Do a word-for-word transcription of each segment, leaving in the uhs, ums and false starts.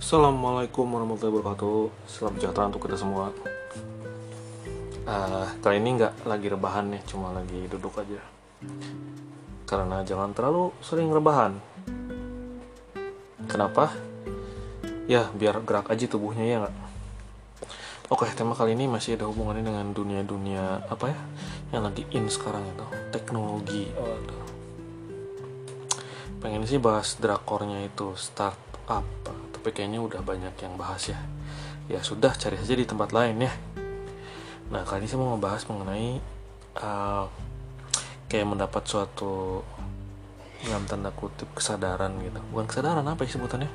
Assalamualaikum warahmatullahi wabarakatuh. Selamat sejahtera untuk kita semua. uh, Kali ini nggak lagi rebahan nih, cuma lagi duduk aja. Karena jangan terlalu sering rebahan. Kenapa? Ya biar gerak aja tubuhnya, ya nggak? Oke, tema kali ini masih ada hubungannya dengan dunia-dunia apa ya yang lagi in sekarang itu, teknologi. Waduh. Pengen sih bahas drakornya itu, startup, tapi kayaknya udah banyak yang bahas ya. Ya sudah, cari saja di tempat lain ya. Nah, kali ini saya mau ngebahas mengenai uh, kayak mendapat suatu, dalam tanda kutip, kesadaran gitu. Bukan kesadaran, apa ya sebutannya?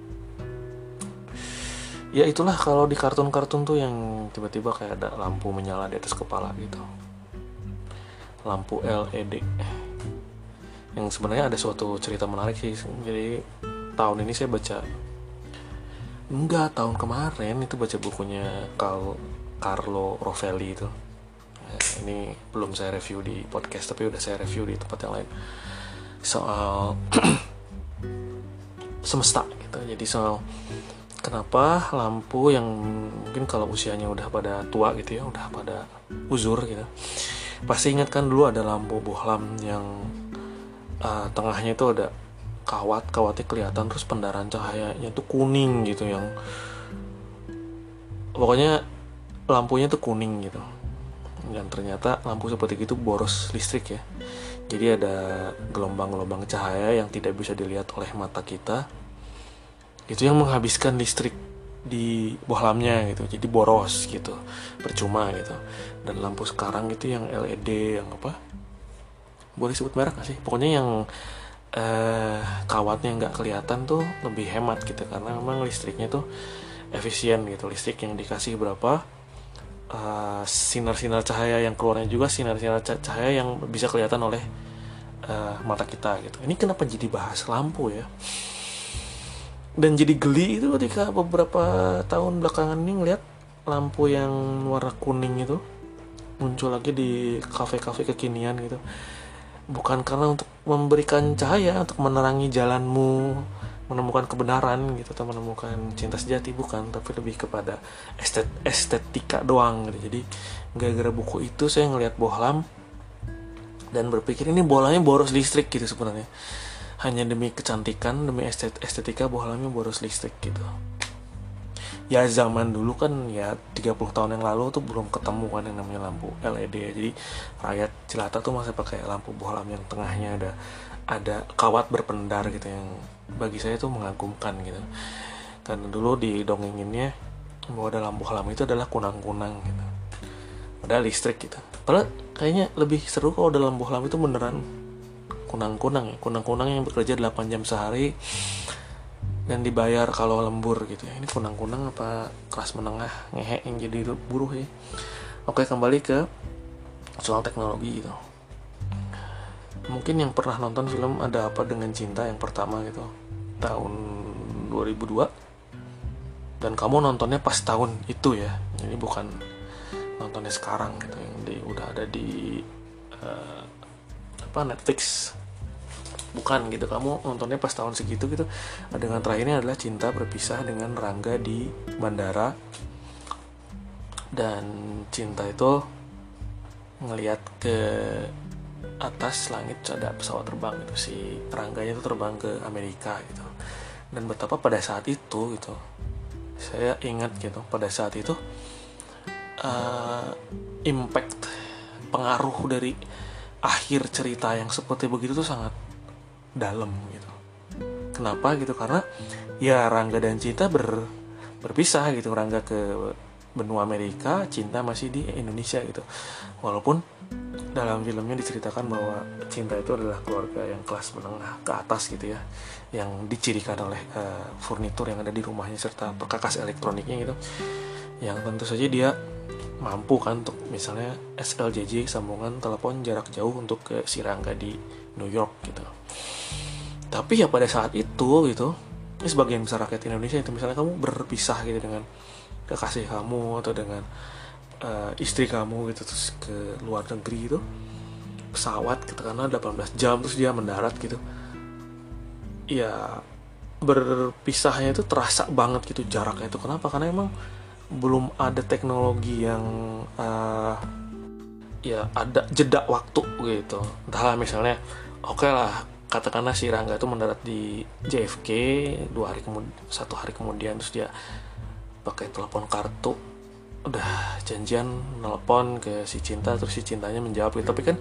Ya itulah, kalau di kartun-kartun tuh yang tiba-tiba kayak ada lampu menyala di atas kepala gitu, lampu L E D. Yang sebenarnya ada suatu cerita menarik sih. Jadi tahun ini saya baca, enggak, tahun kemarin itu baca bukunya Carl, Carlo Rovelli itu. Nah, ini belum saya review di podcast, tapi udah saya review di tempat yang lain, soal semesta gitu. Jadi soal kenapa lampu yang mungkin kalau usianya udah pada tua gitu ya, udah pada uzur gitu, pasti ingat kan dulu ada lampu bohlam yang uh, tengahnya itu ada kawat, kawatnya kelihatan, terus pendaran cahayanya tuh kuning gitu, yang pokoknya lampunya tuh kuning gitu. Dan ternyata lampu seperti itu boros listrik ya. Jadi ada gelombang-gelombang cahaya yang tidak bisa dilihat oleh mata kita, itu yang menghabiskan listrik di bohlamnya gitu. Jadi boros gitu, percuma gitu. Dan lampu sekarang itu yang L E D, yang apa, boleh sebut merek gak sih? Pokoknya yang eh, kawatnya nggak kelihatan tuh lebih hemat gitu, karena memang listriknya tuh efisien gitu. Listrik yang dikasih berapa, uh, sinar-sinar cahaya yang keluarnya juga sinar-sinar cahaya yang bisa kelihatan oleh uh, mata kita gitu. Ini kenapa jadi bahas lampu ya? Dan jadi geli itu ketika beberapa tahun belakangan ini ngeliat lampu yang warna kuning itu muncul lagi di kafe-kafe kekinian gitu. Bukan karena untuk memberikan cahaya, untuk menerangi jalanmu menemukan kebenaran gitu, atau menemukan cinta sejati, bukan, tapi lebih kepada estet, estetika doang gitu. Jadi gara-gara buku itu saya ngelihat bohlam dan berpikir ini bohlamnya boros listrik gitu sebenarnya. Hanya demi kecantikan, demi estet, estetika bohlamnya boros listrik gitu. Ya zaman dulu kan ya tiga puluh tahun yang lalu tuh belum ketemu kan yang namanya lampu L E D ya. Jadi rakyat jelata tuh masih pakai lampu bohlam yang tengahnya ada ada kawat berpendar gitu, yang bagi saya tuh mengagumkan gitu. Karena dulu di dongenginnya bahwa ada lampu bohlam itu adalah kunang-kunang gitu. Padahal listrik gitu. Padahal kayaknya lebih seru kalau dalam bohlam itu beneran kunang-kunang ya. Kunang-kunang yang bekerja delapan jam sehari dan dibayar kalau lembur gitu ya. Ini kunang-kunang apa kelas menengah ngehe yang jadi buruh ya. Oke, kembali ke soal teknologi gitu. Mungkin yang pernah nonton film Ada Apa Dengan Cinta yang pertama gitu, tahun dua ribu dua, dan kamu nontonnya pas tahun itu ya. Jadi bukan nontonnya sekarang gitu, yang di, udah ada di uh, apa Netflix. Bukan gitu, kamu nontonnya pas tahun segitu gitu. Adegan terakhirnya adalah cinta berpisah dengan Rangga di bandara, dan cinta itu ngelihat ke atas langit ada pesawat terbang gitu. Si Rangganya itu terbang ke Amerika gitu. Dan betapa pada saat itu gitu, saya ingat gitu, pada saat itu uh, impact, pengaruh dari akhir cerita yang seperti begitu tuh sangat dalam gitu. Kenapa gitu? Karena ya Rangga dan Cinta ber, berpisah gitu. Rangga ke benua Amerika, Cinta masih di Indonesia gitu. Walaupun dalam filmnya diceritakan bahwa Cinta itu adalah keluarga yang kelas menengah ke atas gitu ya, yang dicirikan oleh uh, furnitur yang ada di rumahnya serta perkakas elektroniknya gitu, yang tentu saja dia mampu kan untuk misalnya S L J J, sambungan telepon jarak jauh untuk ke si Rangga di New York gitu. Tapi ya pada saat itu gitu, ini sebagian besar rakyat Indonesia itu, misalnya kamu berpisah gitu dengan kekasih kamu atau dengan uh, istri kamu gitu, terus ke luar negeri gitu, pesawat katakanlah delapan belas jam, terus dia mendarat gitu. Ya berpisahnya itu terasa banget gitu jaraknya itu. Kenapa? Karena emang belum ada teknologi yang uh, ya ada jeda waktu gitu. Entahlah misalnya oke okay lah, katakanlah si Rangga itu mendarat di J F K dua hari kemudian, satu hari kemudian terus dia pakai telepon kartu, udah janjian nelpon ke si Cinta, terus si Cintanya menjawab gitu. Tapi kan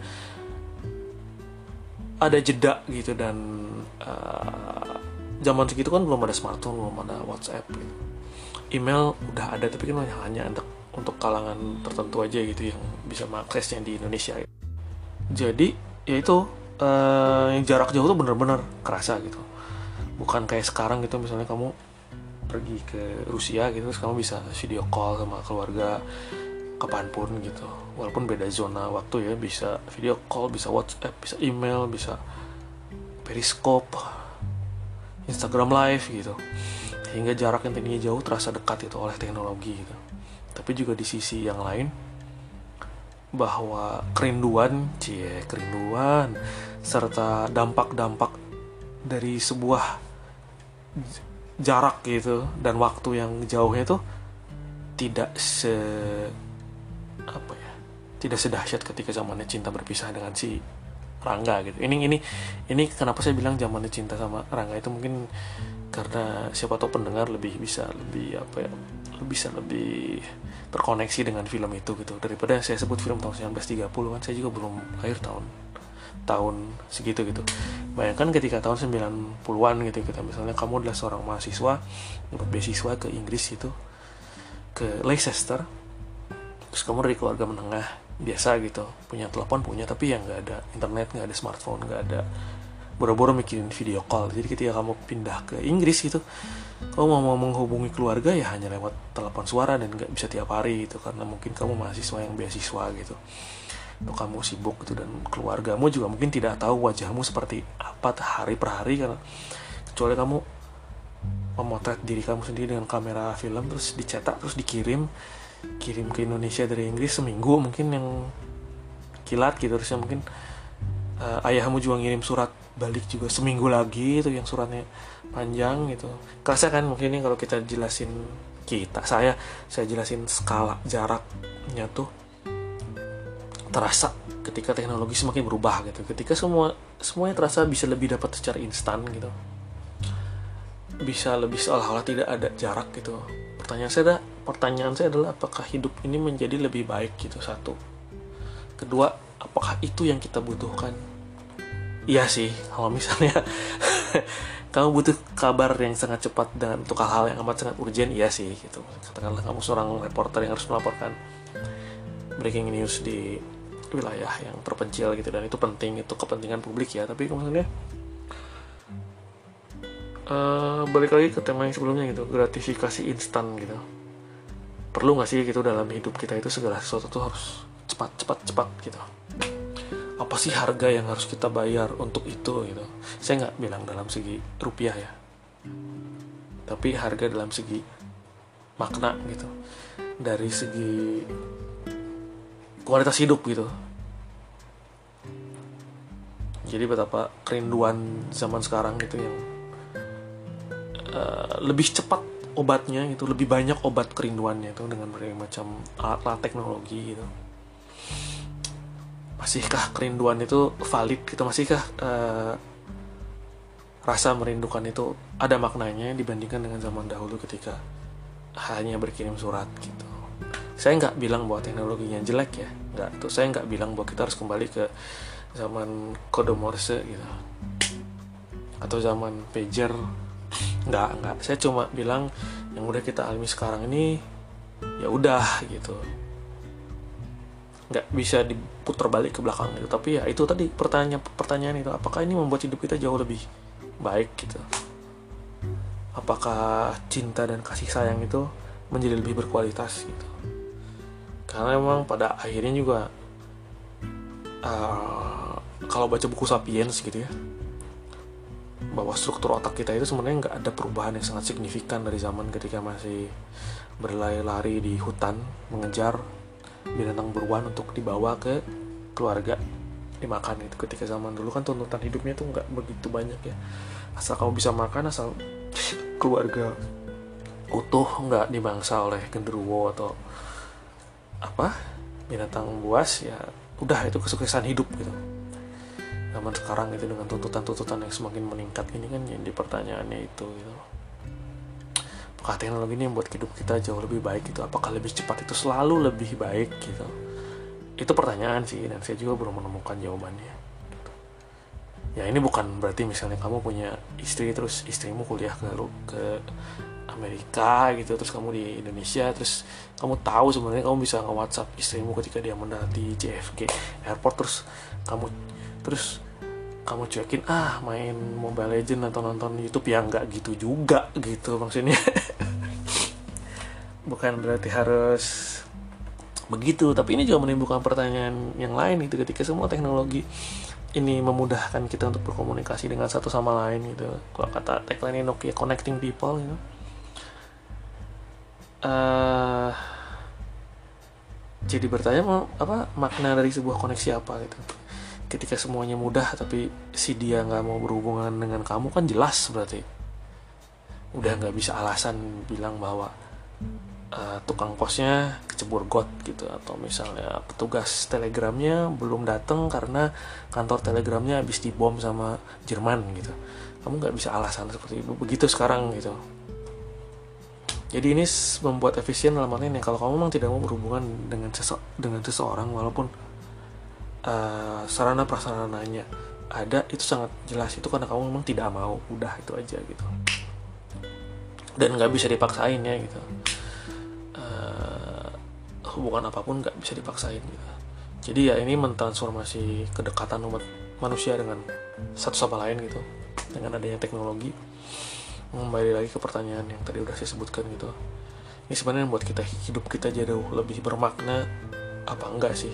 ada jeda gitu, dan uh, zaman segitu kan belum ada smartphone, belum ada WhatsApp gitu. Email udah ada tapi kan hanya untuk untuk kalangan tertentu aja gitu yang bisa mengaksesnya di Indonesia gitu. Jadi ya itu uh, yang jarak jauh tuh bener-bener kerasa gitu, bukan kayak sekarang gitu. Misalnya kamu pergi ke Rusia gitu, terus kamu bisa video call sama keluarga kapanpun gitu, walaupun beda zona waktu ya, bisa video call, bisa WhatsApp, bisa email, bisa Periscope, Instagram Live gitu, sehingga jarak yang tadinya jauh terasa dekat itu oleh teknologi gitu. Tapi juga di sisi yang lain, bahwa kerinduan, cie kerinduan, serta dampak-dampak dari sebuah jarak gitu dan waktu yang jauhnya itu tidak se apa ya, tidak sedahsyat ketika zamannya Cinta berpisah dengan si Rangga gitu. Ini ini ini kenapa saya bilang zamannya Cinta sama Rangga itu mungkin karena siapa tahu pendengar lebih bisa lebih apa ya, bisa lebih terkoneksi dengan film itu gitu, daripada saya sebut film tahun sembilan belas tiga puluh kan saya juga belum lahir tahun tahun segitu gitu. Bayangkan ketika tahun sembilan puluhan gitu, kita misalnya kamu adalah seorang mahasiswa dapat beasiswa ke Inggris gitu, ke Leicester, terus kamu dari keluarga menengah biasa gitu, punya telepon punya, tapi yang nggak ada internet, nggak ada smartphone, nggak ada, boro-boro mikirin video call. Jadi ketika kamu pindah ke Inggris gitu, kamu mau menghubungi keluarga ya hanya lewat telepon suara, dan nggak bisa tiap hari gitu, karena mungkin kamu mahasiswa yang beasiswa gitu, atau kamu sibuk gitu, dan keluargamu juga mungkin tidak tahu wajahmu seperti apa hari per hari, karena kecuali kamu memotret diri kamu sendiri dengan kamera film, terus dicetak, terus dikirim kirim ke Indonesia dari Inggris seminggu mungkin yang kilat gitu. Terusnya mungkin uh, ayahmu juga ngirim surat balik juga seminggu lagi itu yang suratnya panjang gitu. Kerasa kan mungkin ini kalau kita jelasin, kita saya saya jelasin skala jaraknya tuh terasa ketika teknologi semakin berubah gitu, ketika semua semuanya terasa bisa lebih dapat secara instan gitu, bisa lebih seolah-olah tidak ada jarak gitu. Pertanyaan saya, ada, pertanyaan saya adalah apakah hidup ini menjadi lebih baik gitu, satu. Kedua, apakah itu yang kita butuhkan? Iya sih, kalau misalnya kamu butuh kabar yang sangat cepat dan untuk hal-hal yang amat sangat urgent, iya sih gitu. Katakanlah kamu seorang reporter yang harus melaporkan breaking news di wilayah yang terpencil gitu, dan itu penting, itu kepentingan publik ya. Tapi maksudnya Uh, balik lagi ke tema yang sebelumnya gitu, gratifikasi instan gitu. Perlu nggak sih gitu dalam hidup kita itu segala sesuatu tuh harus cepat cepat cepat gitu? Apa sih harga yang harus kita bayar untuk itu gitu? Saya nggak bilang dalam segi rupiah ya, tapi harga dalam segi makna gitu, dari segi kualitas hidup gitu. Jadi betapa kerinduan zaman sekarang gitu yang Uh, lebih cepat obatnya gitu, lebih banyak obat kerinduannya itu dengan berbagai macam alat-alat teknologi gitu. Masihkah kerinduan itu valid gitu? Masihkah uh, rasa merindukan itu ada maknanya dibandingkan dengan zaman dahulu ketika hanya berkirim surat gitu? Saya nggak bilang bahwa teknologinya jelek ya, nggak. Tuh saya nggak bilang bahwa kita harus kembali ke zaman kode Morse gitu, atau zaman pager. Nggak, nggak. Saya cuma bilang yang udah kita alami sekarang ini ya udah gitu, nggak bisa diputar balik ke belakang gitu. Tapi ya itu tadi pertanyaan pertanyaan itu, apakah ini membuat hidup kita jauh lebih baik gitu? Apakah cinta dan kasih sayang itu menjadi lebih berkualitas gitu? Karena memang pada akhirnya juga uh, kalau baca buku Sapiens gitu ya, bahwa struktur otak kita itu sebenarnya nggak ada perubahan yang sangat signifikan dari zaman ketika masih berlari-lari di hutan mengejar binatang buruan untuk dibawa ke keluarga. dimakan gitu. Ketika zaman dulu kan tuntutan hidupnya tuh nggak begitu banyak ya, asal kamu bisa makan, asal keluarga utuh, nggak dimangsa oleh genderuwo atau apa binatang buas, ya udah itu kesuksesan hidup gitu. Zaman sekarang itu dengan tuntutan-tuntutan yang semakin meningkat ini kan, yang di pertanyaannya itu gitu, apakah teknologi ini membuat hidup kita jauh lebih baik gitu? Apakah lebih cepat itu selalu lebih baik gitu? Itu pertanyaan sih, dan saya juga belum menemukan jawabannya gitu. Ya ini bukan berarti misalnya kamu punya istri terus istrimu kuliah ke ke Amerika gitu, terus kamu di Indonesia, terus kamu tahu sebenarnya kamu bisa nge-WhatsApp istrimu ketika dia mendarat di J F K Airport, terus kamu terus kamu cuekin ah main Mobile Legends atau nonton YouTube, ya nggak gitu juga gitu maksudnya. Bukan berarti harus begitu, tapi ini juga menimbulkan pertanyaan yang lain gitu. Ketika semua teknologi ini memudahkan kita untuk berkomunikasi dengan satu sama lain gitu, kalau kata tagline Nokia, connecting people gitu. Uh, jadi bertanya apa makna dari sebuah koneksi apa gitu. Ketika semuanya mudah tapi si dia nggak mau berhubungan dengan kamu, kan jelas berarti udah nggak bisa alasan bilang bahwa uh, tukang posnya kecebur got gitu, atau misalnya petugas telegramnya belum datang karena kantor telegramnya habis dibom sama Jerman gitu. Kamu nggak bisa alasan seperti itu. Begitu sekarang gitu. Jadi ini membuat efisien dalam artian ya, kalau kamu memang tidak mau berhubungan dengan sese- dengan seseorang, walaupun uh, sarana prasarananya ada, itu sangat jelas itu karena kamu memang tidak mau, udah itu aja gitu. Dan nggak bisa dipaksain ya gitu. Uh, hubungan apapun nggak bisa dipaksain gitu. Jadi ya ini mentransformasi kedekatan umat manusia dengan satu sama lain gitu, dengan adanya teknologi. Kembali lagi ke pertanyaan yang tadi udah saya sebutkan gitu, ini sebenarnya membuat kita hidup kita jauh lebih bermakna apa enggak sih?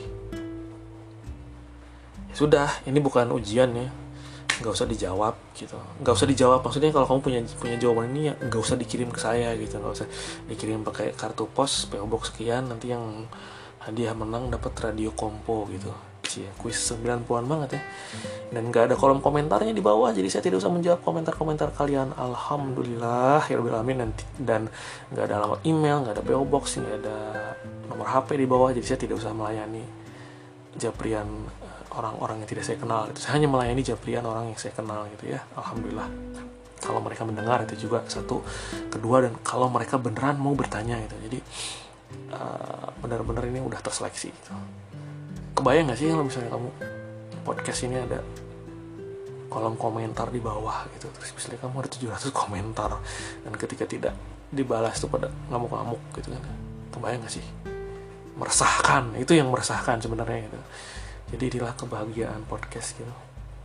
Ya sudah, ini bukan ujian ya, nggak usah dijawab gitu, nggak usah dijawab maksudnya kalau kamu punya punya jawaban ini ya nggak usah dikirim ke saya gitu, nggak usah dikirim pakai kartu pos P O Box sekian, nanti yang hadiah menang dapat radio kompo gitu. Cie, kuis sembilan puluhan banget ya. Dan gak ada kolom komentarnya di bawah, jadi saya tidak usah menjawab komentar-komentar kalian. Alhamdulillah ya rabbil alamin. Dan, dan gak ada alamat email, gak ada P O Box, gak ada nomor H P di bawah, jadi saya tidak usah melayani japrian orang-orang yang tidak saya kenal gitu. Saya hanya melayani japrian orang yang saya kenal gitu ya. Alhamdulillah, kalau mereka mendengar itu juga satu, kedua, dan kalau mereka beneran mau bertanya gitu. Jadi uh, benar-benar ini udah terseleksi gitu. Kebayang gak sih kalau misalnya kamu podcast ini ada kolom komentar di bawah gitu, terus misalnya kamu ada tujuh ratus komentar dan ketika tidak dibalas tuh pada ngamuk-ngamuk gitu kan. Kebayang gak sih? Meresahkan, itu yang meresahkan sebenarnya gitu. Jadi inilah kebahagiaan podcast gitu,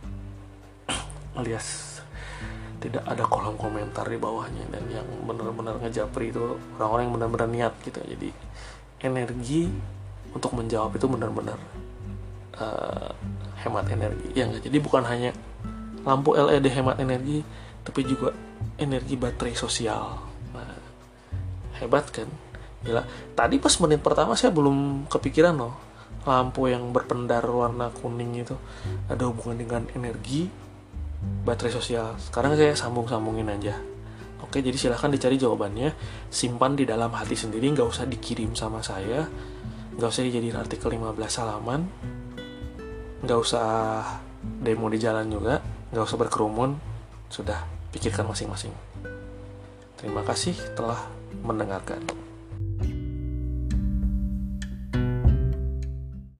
alias tidak ada kolom komentar di bawahnya, dan yang benar-benar ngejapri itu orang-orang yang benar-benar niat gitu. Jadi energi untuk menjawab itu benar-benar uh, hemat energi ya enggak. Jadi bukan hanya lampu L E D hemat energi, tapi juga energi baterai sosial. Nah, hebat kan? Gila. Tadi pas menit pertama saya belum kepikiran loh, lampu yang berpendar warna kuning itu ada hubungan dengan energi baterai sosial. Sekarang saya sambung-sambungin aja. Oke, jadi silahkan dicari jawabannya, simpan di dalam hati sendiri, nggak usah dikirim sama saya. Gak usah dijadiin artikel lima belas halaman, gak usah demo di jalan juga, gak usah berkerumun. Sudah, pikirkan masing-masing. Terima kasih telah mendengarkan.